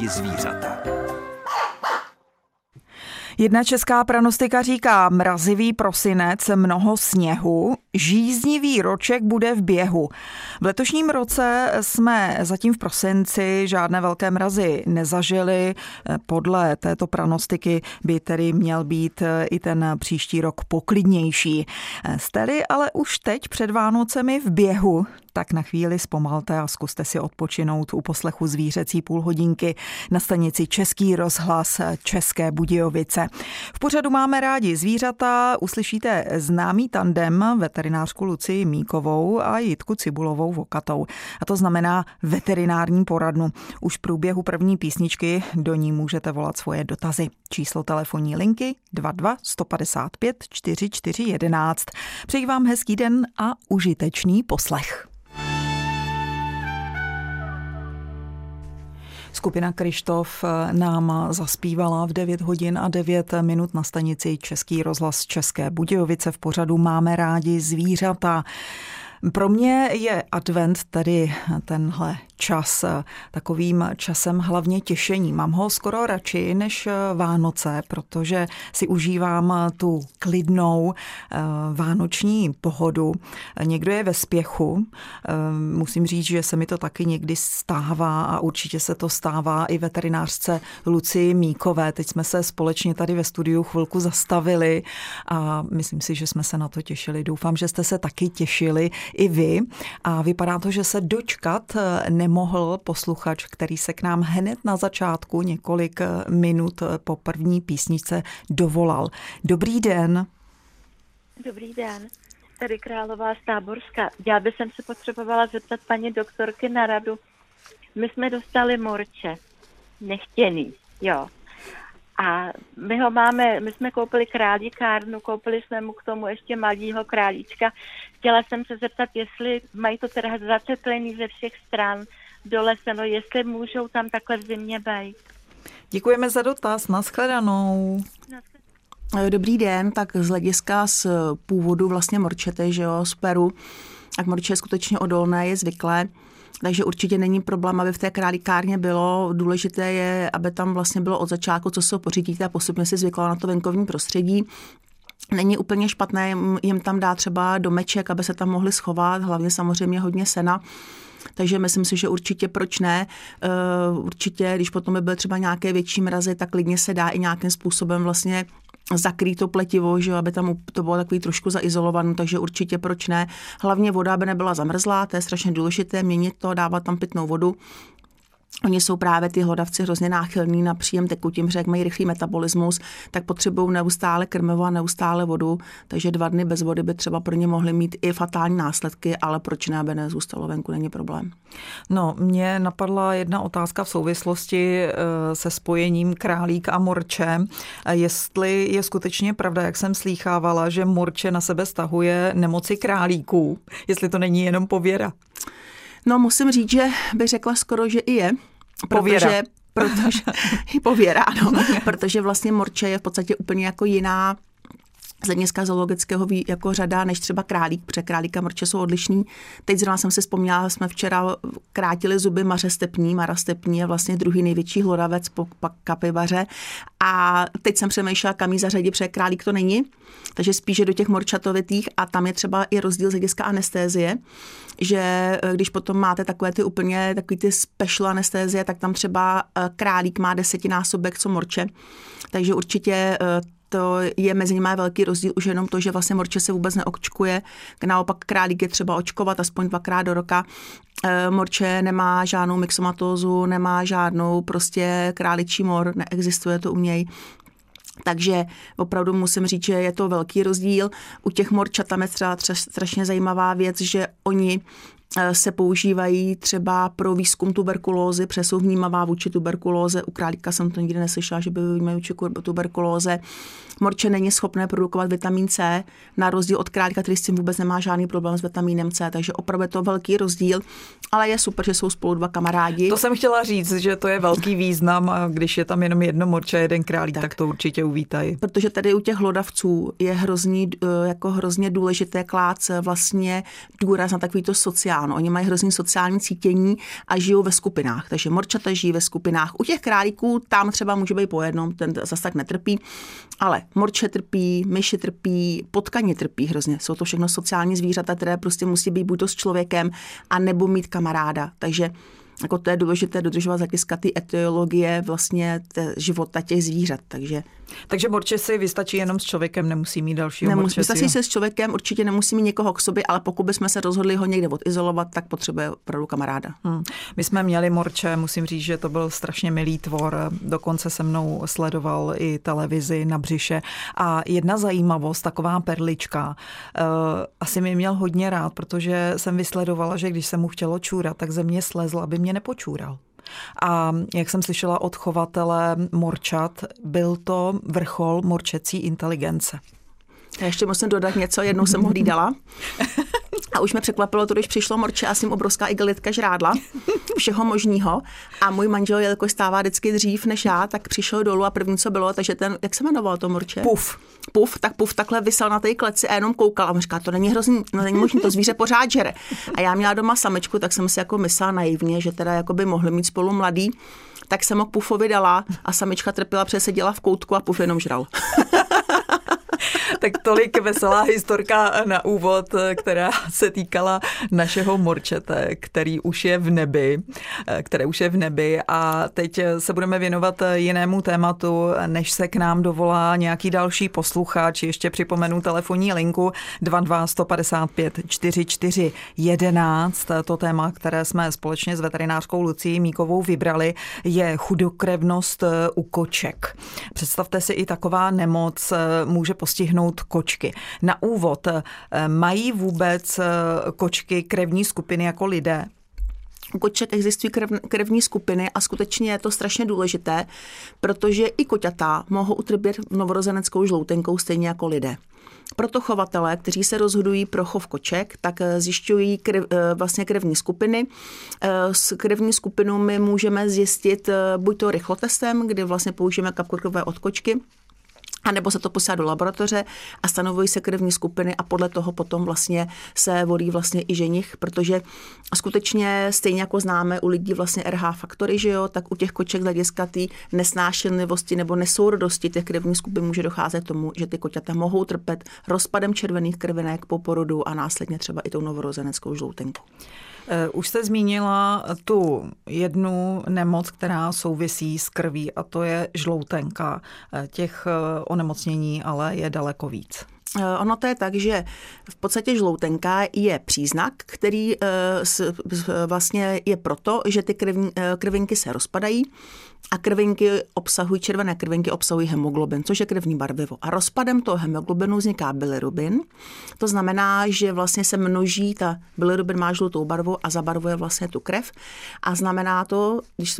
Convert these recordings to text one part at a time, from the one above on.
rádi zvířata. Jedna česká pranostika říká mrazivý prosinec, mnoho sněhu, žíznivý roček bude v běhu. V letošním roce jsme zatím v prosinci žádné velké mrazy nezažili. Podle této pranostiky by tedy měl být i ten příští rok poklidnější. Jste-li ale už teď před Vánocemi v běhu, tak na chvíli zpomalte a zkuste si odpočinout u poslechu zvířecí půlhodinky na stanici Český rozhlas České Budějovice. V pořadu Máme rádi zvířata uslyšíte známý tandem veterinářku Lucii Míkovou a Jitku Cibulovou Vokatou. A to znamená veterinární poradnu. Už v průběhu první písničky do ní můžete volat svoje dotazy. Číslo telefonní linky 22 155 44 11. Přeji vám hezký den a užitečný poslech. Skupina Kryštof nám zaspívala v 9 hodin a 9 minut na stanici Český rozhlas České Budějovice v pořadu Máme rádi zvířata. Pro mě je advent, tedy tenhle čas, takovým časem hlavně těšení. Mám ho skoro radši než Vánoce, protože si užívám tu klidnou vánoční pohodu. Někdo je ve spěchu. Musím říct, že se mi to taky někdy stává a určitě se to stává i veterinářce Lucii Míkové. Teď jsme se společně tady ve studiu chvilku zastavili a myslím si, že jsme se na to těšili. Doufám, že jste se taky těšili i vy. A vypadá to, že se dočkat nemohl posluchač, který se k nám hned na začátku několik minut po první písničce dovolal. Dobrý den. Dobrý den. Tady Králová z Táborska. Já bych se potřebovala zeptat paní doktorky na radu. My jsme dostali morče. Nechtěný, jo. A my jsme koupili králíkárnu, koupili jsme mu k tomu ještě malýho králíčka. Chtěla jsem se zeptat, jestli mají to teda zateplený ze všech stran, doleseno, jestli můžou tam takhle v zimě být. Děkujeme za dotaz, nashledanou. Dobrý den, tak z hlediska z původu vlastně morčete, že jo, z Peru, tak morče je skutečně odolné, je zvyklé. Takže určitě není problém, aby v té králíkárně bylo. Důležité je, aby tam vlastně bylo od začátku, co se pořídíte a postupně si zvykla na to venkovní prostředí. Není úplně špatné jim tam dát třeba domeček, aby se tam mohli schovat, hlavně samozřejmě hodně sena. Takže myslím si, že určitě proč ne. Určitě, když potom by byly třeba nějaké větší mrazy, tak klidně se dá i nějakým způsobem vlastně zakrýt to pletivo, že aby tam to bylo takový trošku zaizolované, takže určitě proč ne. Hlavně voda, aby nebyla zamrzlá, to je strašně důležité, měnit to, dávat tam pitnou vodu. Oni jsou právě ty hlodavci hrozně náchylní na příjem tekutin, protože jak mají rychlý metabolismus, tak potřebují neustále krmivo a neustále vodu, takže 2 dny bez vody by třeba pro ně mohly mít i fatální následky, ale proč ne, aby nezůstalo venku, není problém. No, mě napadla jedna otázka v souvislosti se spojením králík a morče. Jestli je skutečně pravda, jak jsem slýchávala, že morče na sebe stahuje nemoci králíků, jestli to není jenom pověra. No, musím říct, že bych řekla skoro, že i je. Protože pověra, ano. Protože vlastně morče je v podstatě úplně jako jiná z hlediska zoologického jako řada než třeba králík, protože králík a morče jsou odlišný. Teď zrovna jsem si vzpomněla, jsme včera krátili zuby Mara stepní je vlastně druhý největší hlodavec po kapibaře. A teď jsem přemýšlela, kam jí zařadit, protože králík to není. Takže spíše do těch morčatovitých a tam je třeba i rozdíl z hlediska anestézie, že když potom máte takové ty úplně takový ty special anestézie, tak tam třeba králík má 10násobek co morče. Takže určitě to je mezi nimi velký rozdíl už jenom to, že vlastně morče se vůbec neočkuje. Naopak králík je třeba očkovat aspoň 2krát do roka. Morče nemá žádnou myxomatózu, nemá žádnou prostě králičí mor, neexistuje to u něj. Takže opravdu musím říct, že je to velký rozdíl. U těch morčat tam je třeba strašně zajímavá věc, že oni se používají třeba pro výzkum tuberkulózy, protože jsou vnímavá vůči tuberkulóze. U králíka jsem to nikdy neslyšela, že by vnímali vůči tuberkulóze. Morče není schopné produkovat vitamin C, na rozdíl od králíka, který s tím vůbec nemá žádný problém s vitamínem C, takže opravdu je to velký rozdíl, ale je super, že jsou spolu 2 kamarádi. To jsem chtěla říct, že to je velký význam a když je tam jenom jedno morče a jeden králík, tak to určitě uvítají. Protože tady u těch hlodavců je hrozně důležité klát vlastně důraz na takovýto sociální popsáno. Oni mají hrozný sociální cítění a žijou ve skupinách. Takže morčata žijí ve skupinách. U těch králíků tam třeba může být po jednom, ten zase tak netrpí, ale morče trpí, myši trpí, potkani trpí hrozně. Jsou to všechno sociální zvířata, které prostě musí být buď to s člověkem, a nebo mít kamaráda. Takže jako to je důležité dodržovat z hlediska ty etiologie vlastně života těch zvířat. Takže morče si vystačí jenom s člověkem, nemusí mít dalšího morče. Vystačí se s člověkem, určitě nemusí mít někoho k sobě, ale pokud bychom se rozhodli ho někde odizolovat, tak potřebuje opravdu kamaráda. My jsme měli morče, musím říct, že to byl strašně milý tvor, dokonce se mnou sledoval i televizi na břiše. A jedna zajímavost, taková perlička, asi mi měl hodně rád, protože jsem vysledovala, že když se mu chtělo čůrat, tak ze mě slezl, aby mě nepočůral. A jak jsem slyšela od chovatele morčat, byl to vrchol morčecí inteligence. Já ještě musím dodat něco, jednou jsem ho hlídala a už mě překvapilo to, když přišlo morče a s ním obrovská igelitka žrádla, všeho možného. A můj manžel, jelikož stává vždycky dřív než já, tak přišel dolů a první, co bylo, takže ten, jak se jmenoval to morče? Puf takhle visel na té kleci a jenom koukal a on říká, to není hrozný, není možný, to zvíře pořád žere. A já měla doma samečku, tak jsem si jako myslela naivně, že teda jako by mohli mít spolu mladý, tak jsem ho k Pufovi dala a samička trpěla, protože seděla v koutku a Puf jenom žral. Tak tolik veselá historka na úvod, která se týkala našeho morčete, které už je v nebi. A teď se budeme věnovat jinému tématu, než se k nám dovolá nějaký další posluchač. Ještě připomenu telefonní linku 22 155 44 11. To téma, které jsme společně s veterinářkou Lucií Míkovou vybrali, je chudokrevnost u koček. Představte si, i taková nemoc může postihnout kočky. Na úvod, mají vůbec kočky krevní skupiny jako lidé? U koček existují krevní skupiny a skutečně je to strašně důležité, protože i koťata mohou utrpět novorozeneckou žloutenkou stejně jako lidé. Proto chovatelé, kteří se rozhodují pro chov koček, tak zjišťují vlastně krevní skupiny. S krevní skupinou my můžeme zjistit buď to rychlotestem, kdy vlastně použijeme kapku krve od kočky, a nebo se to posílá do laboratoře a stanovují se krevní skupiny a podle toho potom vlastně se volí vlastně i ženich, protože skutečně stejně jako známe u lidí vlastně RH faktory, že jo, tak u těch koček z hlediska té nesnášenlivosti nebo nesourodosti těch krevních skupin může docházet k tomu, že ty koťata mohou trpět rozpadem červených krvinek po porodu a následně třeba i tou novorozeneckou žloutenkou. Už jste zmínila tu jednu nemoc, která souvisí s krví, a to je žloutenka. Těch onemocnění ale je daleko víc. Ono to je tak, že v podstatě žloutenka je příznak, který vlastně je proto, že ty krvinky se rozpadají a červené krvinky obsahují hemoglobin, což je krevní barvivo. A rozpadem toho hemoglobinu vzniká bilirubin. To znamená, že vlastně se množí, ta bilirubin má žlutou barvu a zabarvuje vlastně tu krev. A znamená to,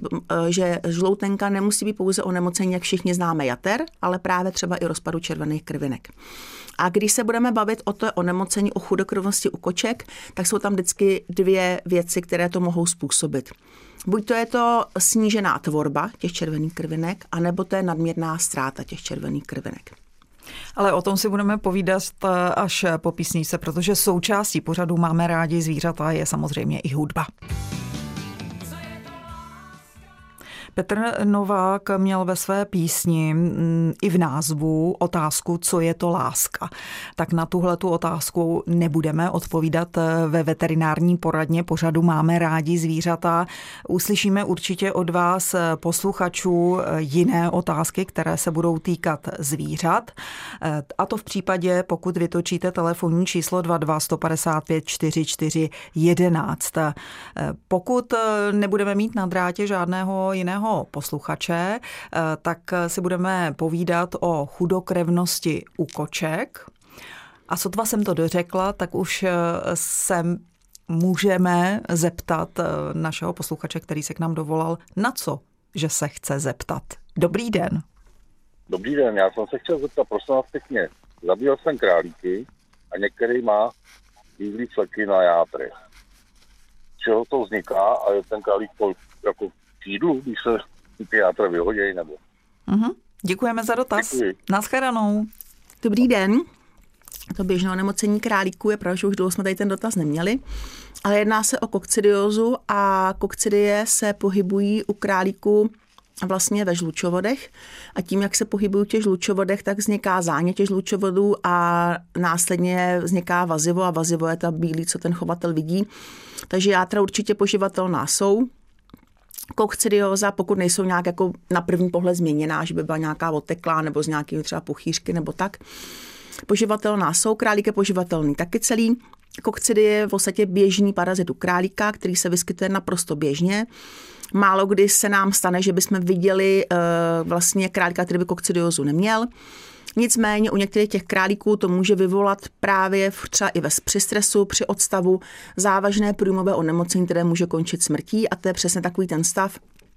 že žloutenka nemusí být pouze onemocnění, jak všichni známe, jater, ale právě třeba i rozpadu červených krvinek. A když se budeme bavit o to onemocnění, o chudokrevnosti u koček, tak jsou tam vždycky dvě věci, které to mohou způsobit. Buď to je to snížená tvorba těch červených krvinek, anebo to je nadměrná ztráta těch červených krvinek. Ale o tom si budeme povídat až po písničce, protože součástí pořadu Máme rádi zvířata je samozřejmě i hudba. Petr Novák měl ve své písni i v názvu otázku, co je to láska. Tak na tuhletu otázku nebudeme odpovídat ve veterinární poradně pořadu Máme rádi zvířata. Uslyšíme určitě od vás, posluchačů, jiné otázky, které se budou týkat zvířat. A to v případě, pokud vytočíte telefonní číslo 22 155 44 11. Pokud nebudeme mít na drátě žádného jiného posluchače, tak si budeme povídat o chudokrevnosti u koček. A sotva jsem to dořekla, tak už se můžeme zeptat našeho posluchače, který se k nám dovolal, na co, že se chce zeptat. Dobrý den. Dobrý den, já jsem se chtěl zeptat, prosím vás pěkně, zabíjel jsem králíky a některý má bílý fleky na játrech. Čeho to vzniká a je ten králík jako jídlu, když se ty játra vyhodějí, nebo? Děkujeme za dotaz. Děkuji. Naschledanou. Dobrý den. To běžné onemocnění králíků je pravda, že už dlouho jsme tady ten dotaz neměli, ale jedná se o kokcidiózu a kokcidie se pohybují u králíků vlastně ve žlučovodech a tím, jak se pohybují v těch žlučovodech, tak vzniká zánět těch žlučovodů a následně vzniká vazivo a vazivo je ta bílý, co ten chovatel vidí. Takže játra určitě poživatelná jsou. Kokcidióza, pokud nejsou nějak jako na první pohled změněná, že by byla nějaká oteklá nebo z nějakého třeba puchýřky nebo tak, poživatelná jsou, králík je poživatelný taky celý. Kokcidie je v podstatě běžný parazit u králíka, který se vyskytuje naprosto běžně. Málo kdy se nám stane, že bychom viděli vlastně králíka, který by kokcidiózu neměl. Nicméně u některých těch králíků to může vyvolat právě třeba i při stresu, při odstavu závažné průjmové onemocnění, které může končit smrtí a to je přesně takový ten stav,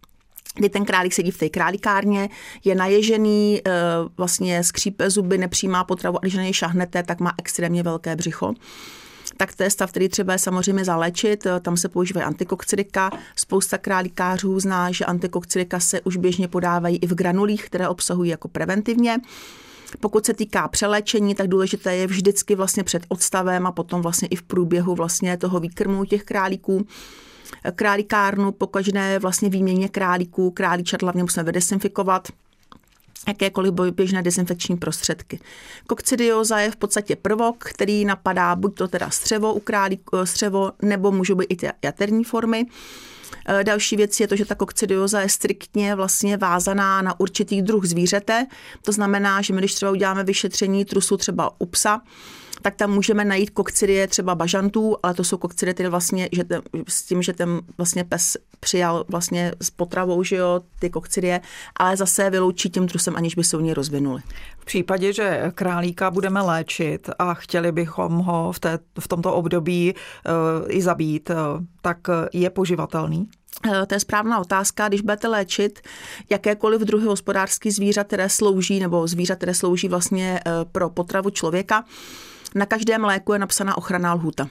kdy ten králík sedí v té králíkárně, je naježený, vlastně skřípe zuby, nepřijímá potravu a když na něj šahnete, tak má extrémně velké břicho. Tak to je stav, který třeba je samozřejmě zaléčit. Tam se používají antikokcidika. Spousta králíkářů zná, že antikokcidika se už běžně podávají i v granulích, které obsahují jako preventivně. Pokud se týká přeléčení, tak důležité je vždycky vlastně před odstavem a potom vlastně i v průběhu vlastně toho výkrmu těch králíků. Králíkárnu po každé vlastně výměně králíků, králíčat hlavně musíme vydesinfikovat, jakékoliv běžné dezinfekční prostředky. Kokcidióza je v podstatě prvok, který napadá buď to teda střevo u králíku, střevo, nebo můžou být i ty jaterní formy. Další věc je to, že ta kokcidióza je striktně vlastně vázaná na určitý druh zvířete. To znamená, že my když třeba uděláme vyšetření trusu třeba u psa, tak tam můžeme najít kokcidie třeba bažantů, ale to jsou kokcidie tedy vlastně, že s tím, že ten vlastně pes přijal vlastně s potravou, že jo, ty kokcidie, ale zase vyloučí tím trusem, aniž by se u něj rozvinuli. V případě, že králíka budeme léčit a chtěli bychom ho v tomto období i zabít, tak je poživatelný? To je správná otázka. Když budete léčit jakékoliv druhy hospodářských zvířat, které slouží, nebo zvířat, které slouží vlastně pro potravu člověka, na každém léku je napsaná ochranná lhůta.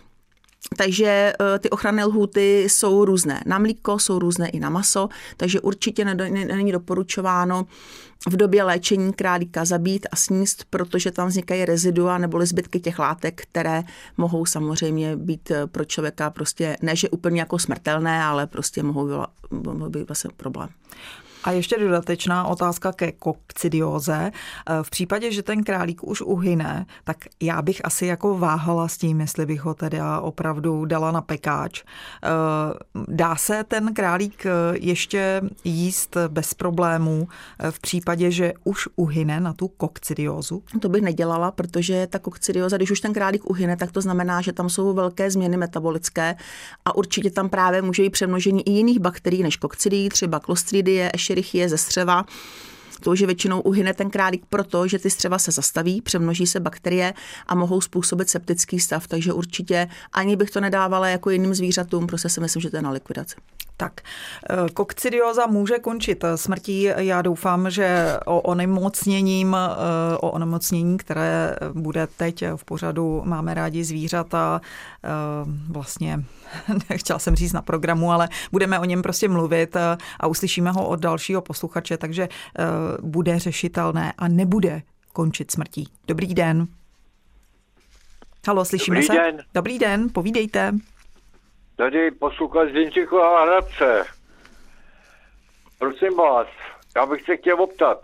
Takže ty ochranné lhůty jsou různé na mlíko, jsou různé i na maso, takže určitě není doporučováno v době léčení králíka zabít a sníst, protože tam vznikají rezidua nebo zbytky těch látek, které mohou samozřejmě být pro člověka prostě ne, že úplně jako smrtelné, ale prostě mohou být vlastně problém. A ještě dodatečná otázka ke kokcidióze. V případě, že ten králík už uhyne, tak já bych asi jako váhala s tím, jestli bych ho teda opravdu dala na pekáč. Dá se ten králík ještě jíst bez problémů v případě, že už uhyne na tu kokcidiózu? To bych nedělala, protože ta kokcidióza, když už ten králík uhyne, tak to znamená, že tam jsou velké změny metabolické a určitě tam právě může být přemnožení i jiných bakterií než kokcidií, třeba Clostridie, Escherichie ze střeva. To už většinou uhyne ten králík proto, že ty střeva se zastaví, přemnoží se bakterie a mohou způsobit septický stav, takže určitě ani bych to nedávala jako jiným zvířatům, protože si myslím, že to je na likvidaci. Tak, kokcidióza může končit smrtí. Já doufám, že o onemocnění, které bude teď v pořadu Máme rádi zvířata, vlastně nechtěla jsem říct na programu, ale budeme o něm prostě mluvit a uslyšíme ho od dalšího posluchače, takže bude řešitelné a nebude končit smrtí. Dobrý den. Haló, slyšíme se? Den. Dobrý den, povídejte. Tady posluchač z Jindřichova Hradce. Prosím vás, já bych se chtěl optat,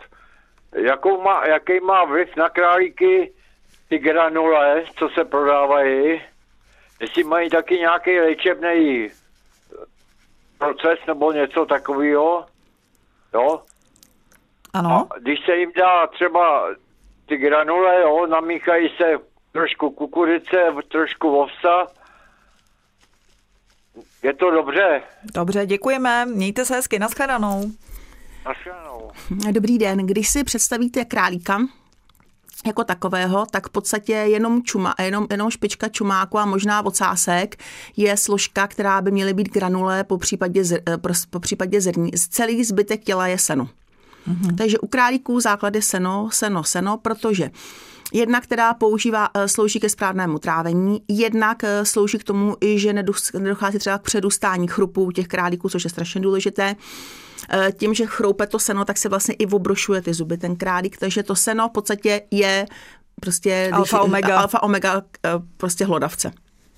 jaký má vliv na králíky ty granule, co se prodávají, jestli mají taky nějaký léčebný proces nebo něco takového, jo? Ano. A když se jim dá třeba ty granule, jo, namíchají se trošku kukuřice, trošku ovsa, je to dobře? Dobře, děkujeme. Mějte se hezky. Naschledanou. Naschledanou. Dobrý den. Když si představíte králíka jako takového, tak v podstatě jenom špička čumáku a možná ocásek je složka, která by měly být granule, po případě zrní. Celý zbytek těla je seno. Mm-hmm. Takže u králíků základ je seno, protože jednak, která slouží ke správnému trávení, jednak slouží k tomu, i že nedochází třeba k předůstání chrupů těch králíků, což je strašně důležité. Tím, že chroupe to seno, tak se vlastně i obrošuje ty zuby ten králík, takže to seno v podstatě je prostě alfa omega prostě hlodavce.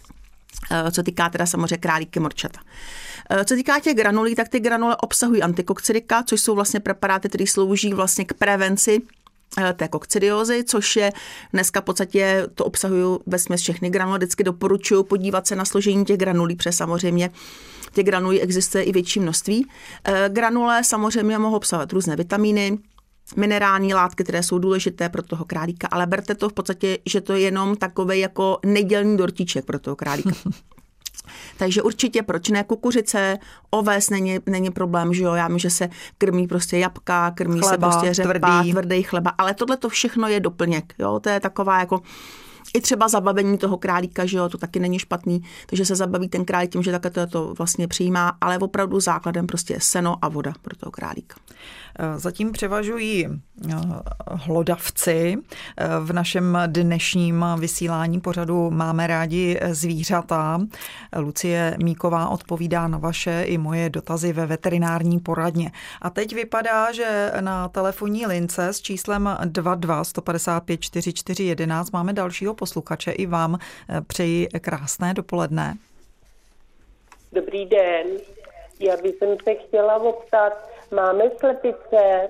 Co týká teda samozřejmě králíky morčata. Co týká těch granulí, tak ty granule obsahují antikokcidika, což jsou vlastně preparáty, které slouží vlastně k prevenci té kokcidiózy, což je dneska v podstatě, to obsahují vesměs všechny granule. Vždycky doporučuji podívat se na složení těch granulí, protože samozřejmě těch granulí existuje i větší množství. Granule samozřejmě mohou obsahovat různé vitamíny, minerální látky, které jsou důležité pro toho králíka, ale berte to v podstatě, že to je jenom takovej jako nedělný dortíček pro toho králíka. Takže určitě proč ne kukuřice, oves není problém, že jo, já vím, že se krmí prostě jabka, krmí chleba, se prostě řepa, tvrdý chleba, ale tohle to všechno je doplněk, jo, to je taková jako i třeba zabavení toho králíka, že jo, to taky není špatný, takže se zabaví ten králík tím, že takhle to vlastně přijímá, ale opravdu základem prostě je seno a voda pro toho králíka. Zatím převažují hlodavci. V našem dnešním vysílání pořadu Máme rádi zvířata. Lucie Míková odpovídá na vaše i moje dotazy ve veterinární poradně. A teď vypadá, že na telefonní lince s číslem 22 155 44 11 máme dalšího posluchače. I vám přeji krásné dopoledne. Dobrý den. Já bych se chtěla optat, máme slepice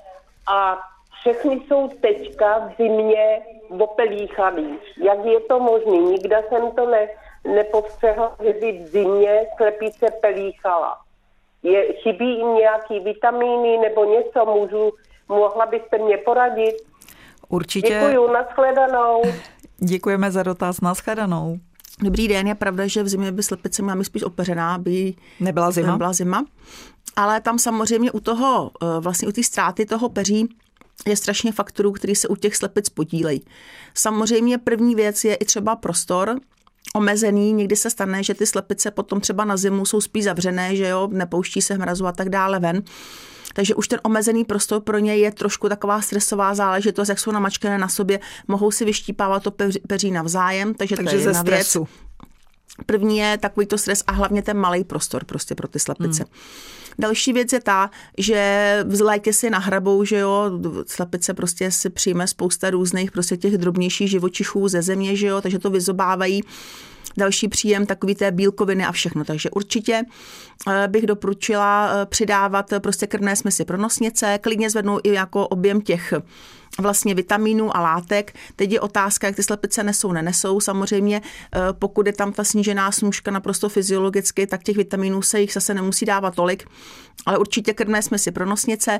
a všechny jsou teďka v zimě opelíchaný. Jak je to možné? Nikdy jsem to nepostřehla, že by v zimě slepice pelíchala. Chybí jim nějaký vitamíny nebo něco? Mohla byste mě poradit? Určitě. Děkuju, nashledanou. Děkujeme za dotaz, nashledanou. Dobrý den, je pravda, že v zimě by slepice měla být spíš opeřená, by nebyla zima. Ale tam samozřejmě u toho, vlastně u té ztráty toho peří je strašně faktorů, který se u těch slepic podílejí. Samozřejmě první věc je i třeba prostor omezený, někdy se stane, že ty slepice potom třeba na zimu jsou spíš zavřené, že jo, nepouští se mrazu a tak dále ven. Takže už ten omezený prostor pro ně je trošku taková stresová záležitost, jak jsou namačkené na sobě, mohou si vyštípávat to peří navzájem, takže to je jedna věc. První je takovýto stres a hlavně ten malý prostor prostě pro ty slepice. Další věc je ta, že v létě si nahrabou, že jo, slepice prostě si přijme spousta různých prostě těch drobnějších živočichů ze země, že jo, takže to vyzobávají. Další příjem takový té bílkoviny a všechno. Takže určitě bych doporučila přidávat prostě krmné směsi pro nosnice, klidně zvednou i jako objem těch vlastně vitamínů a látek. Teď je otázka, jak ty slepice nenesou. Samozřejmě, pokud je tam ta snížená snůžka naprosto fyziologicky, tak těch vitaminů se jich zase nemusí dávat tolik, ale určitě krmné směsi pro nosnice.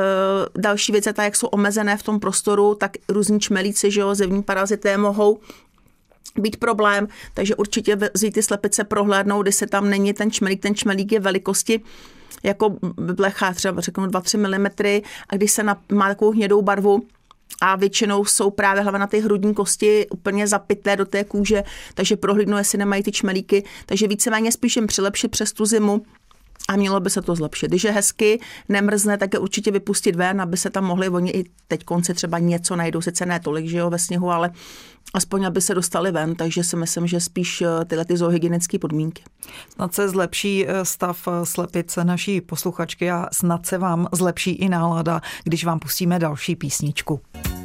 Další věc je ta, jak jsou omezené v tom prostoru, tak různí čmelíci, že jo, zevní parazité mohou být problém, takže určitě vzít ty slepice prohlédnout, když se tam není ten čmelík je velikosti jako blecha, třeba řeknu 2-3 mm a když se má takovou hnědou barvu a většinou jsou právě hlavně na ty hrudní kosti úplně zapytlé do té kůže, takže prohlídnu, jestli nemají ty čmelíky, takže víceméně spíš jim přilepšit přes tu zimu a mělo by se to zlepšit. Když je hezky, nemrzne, tak je určitě vypustit ven, aby se tam mohli, oni i teď konci třeba něco najdou, sice ne tolik, že jo, ve sněhu, ale aspoň aby se dostali ven, takže si myslím, že spíš tyhle ty zoohygienické podmínky. Snad se zlepší stav slepice naší posluchačky a snad se vám zlepší i nálada, když vám pustíme další písničku.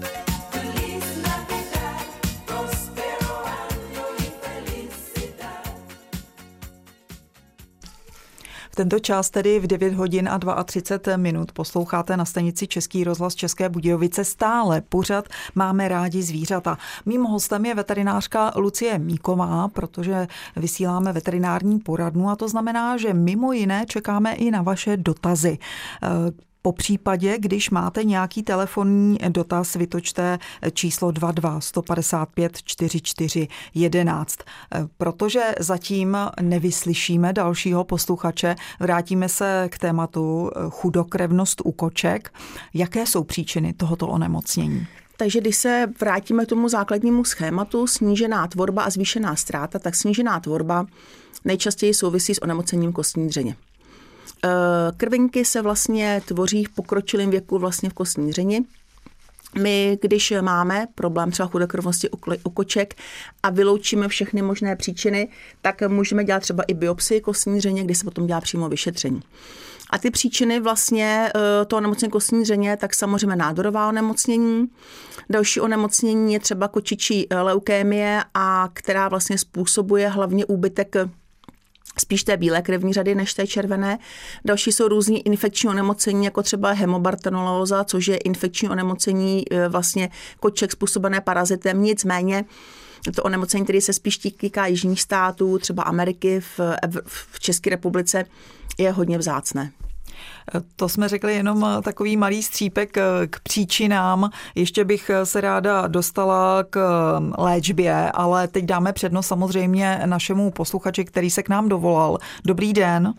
Tento čas tedy v 9 hodin a 32 minut posloucháte na stanici Český rozhlas České Budějovice stále pořad Máme rádi zvířata. Mým hostem je veterinářka Lucie Míková, protože vysíláme veterinární poradnu a to znamená, že mimo jiné čekáme i na vaše dotazy. Po případě, když máte nějaký telefonní dotaz, vytočte číslo 22 155 44 11. Protože zatím nevyslyšíme dalšího posluchače, vrátíme se k tématu chudokrevnost u koček. Jaké jsou příčiny tohoto onemocnění? Takže když se vrátíme k tomu základnímu schématu, snížená tvorba a zvýšená ztráta, tak snížená tvorba nejčastěji souvisí s onemocněním kostní dřeně. Krvinky se vlastně tvoří v pokročilém věku vlastně v kostní dřeni. My, když máme problém třeba chudokrevnosti u koček a vyloučíme všechny možné příčiny, tak můžeme dělat třeba i biopsii kostní dřeně, kdy se potom dělá přímo vyšetření. A ty příčiny vlastně toho onemocnění kostní dřeně, tak samozřejmě nádorová onemocnění. Další onemocnění je třeba kočičí leukémie, a která vlastně způsobuje hlavně úbytek spíš té bílé krevní řady než té červené. Další jsou různý infekční onemocnění, jako třeba hemobartonelóza, což je infekční onemocnění vlastně koček způsobené parazitem. Nicméně to onemocnění, které se spíš týká jižních států, třeba Ameriky, v České republice, je hodně vzácné. To jsme řekli jenom takový malý střípek k příčinám. Ještě bych se ráda dostala k léčbě, ale teď dáme přednost samozřejmě našemu posluchači, který se k nám dovolal. Dobrý den.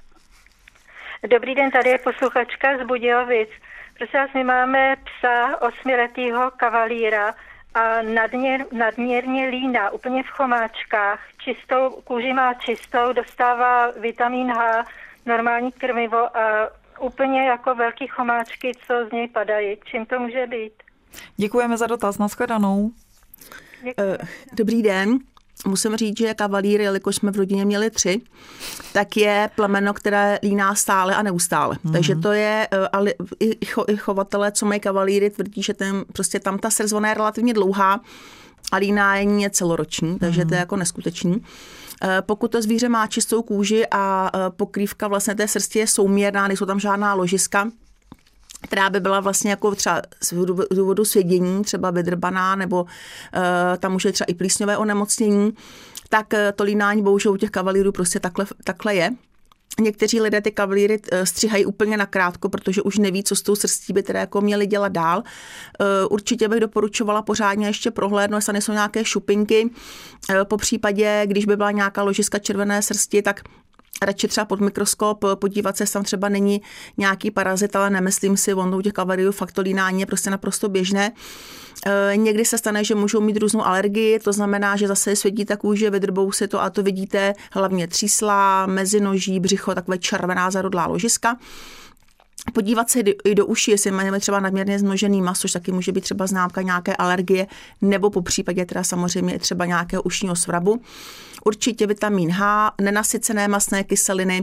Dobrý den, tady je posluchačka z Budějovic. Prosím vás, my máme psa 8letého kavalíra a nadměrně líná, úplně v chomáčkách. Čistou kůži má čistou, dostává vitamin H, normální krmivo a úplně jako velký chomáčky, co z něj padají. Čím to může být? Děkujeme za dotaz, nashledanou. Dobrý den. Musím říct, že kavalír, jelikož jsme v rodině měli 3, tak je plemeno, které líná stále a neustále. Takže to je, ale i chovatelé, co mají kavalíry, tvrdí, že prostě tam ta srst je relativně dlouhá a línájení je celoroční, takže to je jako neskutečný. Pokud to zvíře má čistou kůži a pokrývka vlastně té srsti je souměrná, nejsou tam žádná ložiska, která by byla vlastně jako třeba z důvodu svědění, třeba vydrbaná, nebo tam už je třeba i plísňové onemocnění, tak to línání bohužel u těch kavalírů prostě takhle je. Někteří lidé ty kavalíry střihají úplně nakrátko, protože už neví, co s tou srstí by teda jako měli dělat dál. Určitě bych doporučovala pořádně ještě prohlédnout, jestli nejsou nějaké šupinky. Po případě, když by byla nějaká ložiska červené srsti, tak radši třeba pod mikroskop podívat se, jestli tam třeba není nějaký parazit, ale nemyslím si, u těch kavalírů fakt to línání je prostě naprosto běžné. Někdy se stane, že můžou mít různou alergii, to znamená, že zase svědí ta kůže, vydrbou si to a to vidíte hlavně třísla, mezinoží, břicho, takové červená zarudlá ložiska. Podívat se i do uší, jestli máme třeba nadměrně zmnožený maso, což taky může být třeba známka nějaké alergie, nebo po případě teda samozřejmě i třeba nějakého ušního svrabu. Určitě vitamin H, nenasycené mastné kyseliny,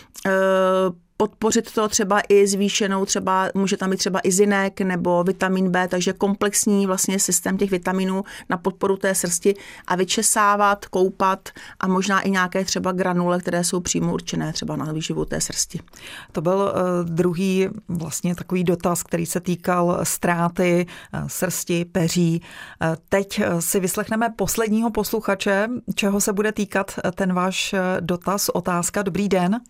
podpořit to třeba i zvýšenou, třeba může tam být třeba i zinek nebo vitamin B, takže komplexní vlastně systém těch vitaminů na podporu té srsti a vyčesávat, koupat a možná i nějaké třeba granule, které jsou přímo určené třeba na výživu té srsti. To byl druhý vlastně takový dotaz, který se týkal ztráty srsti, peří. Teď si vyslechneme posledního posluchače, čeho se bude týkat ten váš dotaz, otázka. Dobrý den.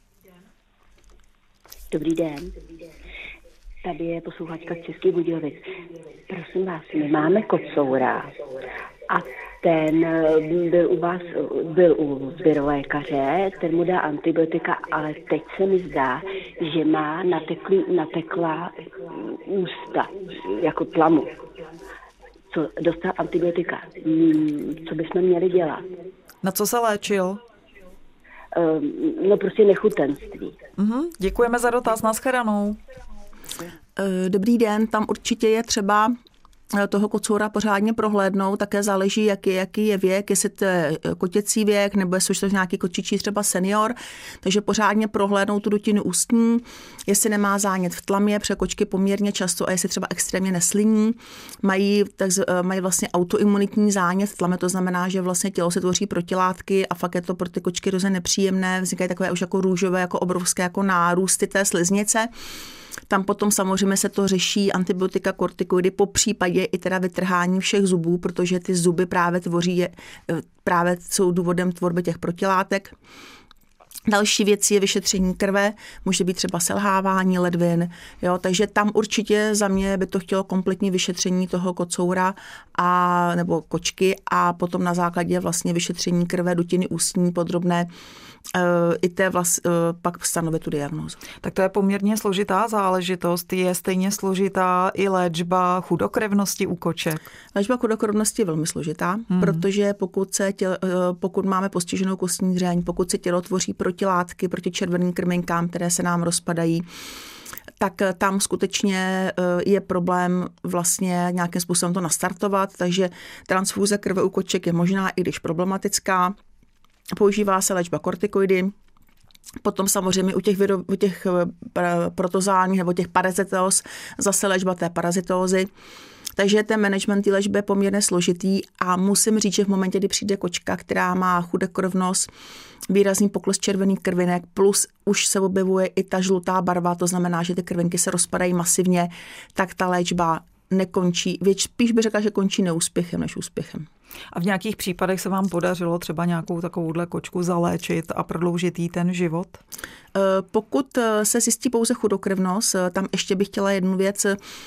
Dobrý den. Tady je posluchačka z Českých Budějovic. Prosím vás, my máme kocoura a ten byl u zvěrolékaře, ten mu dá antibiotika, ale teď se mi zdá, že má nateklá ústa, jako tlamu. Co dostal antibiotika. Co bychom měli dělat? Na co se léčil? No prostě nechutenství. Děkujeme za dotaz, nashledanou. Dobrý den, tam určitě je třeba toho kocoura pořádně prohlédnout, také záleží, jaký je věk, jestli to je kotěcí věk, nebo jestli to je nějaký kočičí třeba senior, takže pořádně prohlédnout tu dutinu ústní, jestli nemá zánět v tlamě, protože kočky poměrně často, a jestli třeba extrémně nesliní, mají vlastně autoimunitní zánět v tlame, to znamená, že vlastně tělo se tvoří protilátky a fakt je to pro ty kočky hrozně nepříjemné, vznikají takové už jako růžové, jako obrovské jako nárůsty té sliznice. Tam potom samozřejmě se to řeší antibiotika, kortikoidy, po případě i teda vytrhání všech zubů, protože ty zuby právě jsou důvodem tvorby těch protilátek. Další věc je vyšetření krve, může být třeba selhávání ledvin, jo, takže tam určitě za mě by to chtělo kompletní vyšetření toho kocoura nebo kočky a potom na základě vlastně vyšetření krve, dutiny ústní podrobné i pak stanovit tu diagnózu. Tak to je poměrně složitá záležitost. Je stejně složitá i léčba chudokrevnosti u koček? Léčba chudokrevnosti je velmi složitá, protože pokud máme postiženou kostní dřeň, pokud se tělo tvoří protilátky proti červeným krminkám, které se nám rozpadají, tak tam skutečně je problém vlastně nějakým způsobem to nastartovat, takže transfúze krve u koček je možná, i když problematická. Používá se léčba kortikoidy, potom samozřejmě u těch protozálních nebo těch parazitóz zase léčba té parazitózy. Takže ten management té léčby je poměrně složitý a musím říct, že v momentě, kdy přijde kočka, která má chudokrvnost, výrazný pokles červených krvinek, plus už se objevuje i ta žlutá barva, to znamená, že ty krvinky se rozpadají masivně, tak ta léčba nekončí, spíš bych řekla, že končí neúspěchem než úspěchem. A v nějakých případech se vám podařilo třeba nějakou takovouhle kočku zaléčit a prodloužit jí ten život? Pokud se zjistí pouze chudokrvnost, tam ještě bych chtěla jednu věc,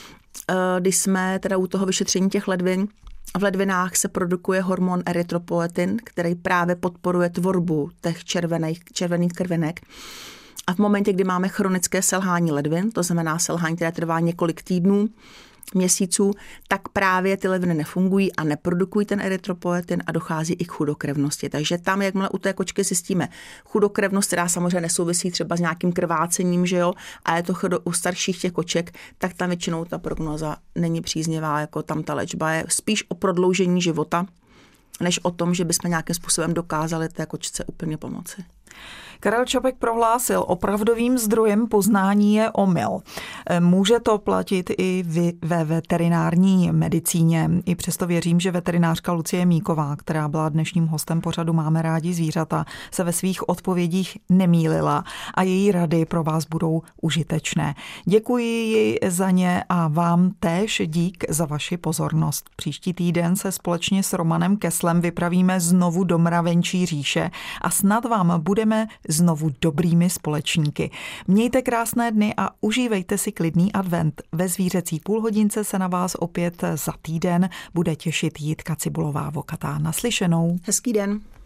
když jsme teda u toho vyšetření těch ledvin, v ledvinách se produkuje hormon erytropoetin, který právě podporuje tvorbu těch červených krvinek. A v momentě, kdy máme chronické selhání ledvin, to znamená selhání, které trvá několik týdnů, měsíců, tak právě ty ledviny nefungují a neprodukují ten erytropoetin a dochází i k chudokrevnosti. Takže tam, jakmile u té kočky zjistíme chudokrevnost, která samozřejmě nesouvisí třeba s nějakým krvácením, že jo, a je to u starších těch koček, tak tam většinou ta prognóza není příznivá, jako tam ta léčba je spíš o prodloužení života, než o tom, že bychom nějakým způsobem dokázali té kočce úplně pomoci. Karel Čapek prohlásil, opravdovým zdrojem poznání je omyl. Může to platit i ve veterinární medicíně. I přesto věřím, že veterinářka Lucie Míková, která byla dnešním hostem pořadu Máme rádi zvířata, se ve svých odpovědích nemýlila a její rady pro vás budou užitečné. Děkuji ji za ně a vám též dík za vaši pozornost. Příští týden se společně s Romanem Keslem vypravíme znovu do mravenčí říše a snad vám budeme znovu dobrými společníky. Mějte krásné dny a užívejte si klidný advent. Ve Zvířecí půlhodince se na vás opět za týden bude těšit Jitka Cibulová-Vokatá. Naslyšenou. Hezký den.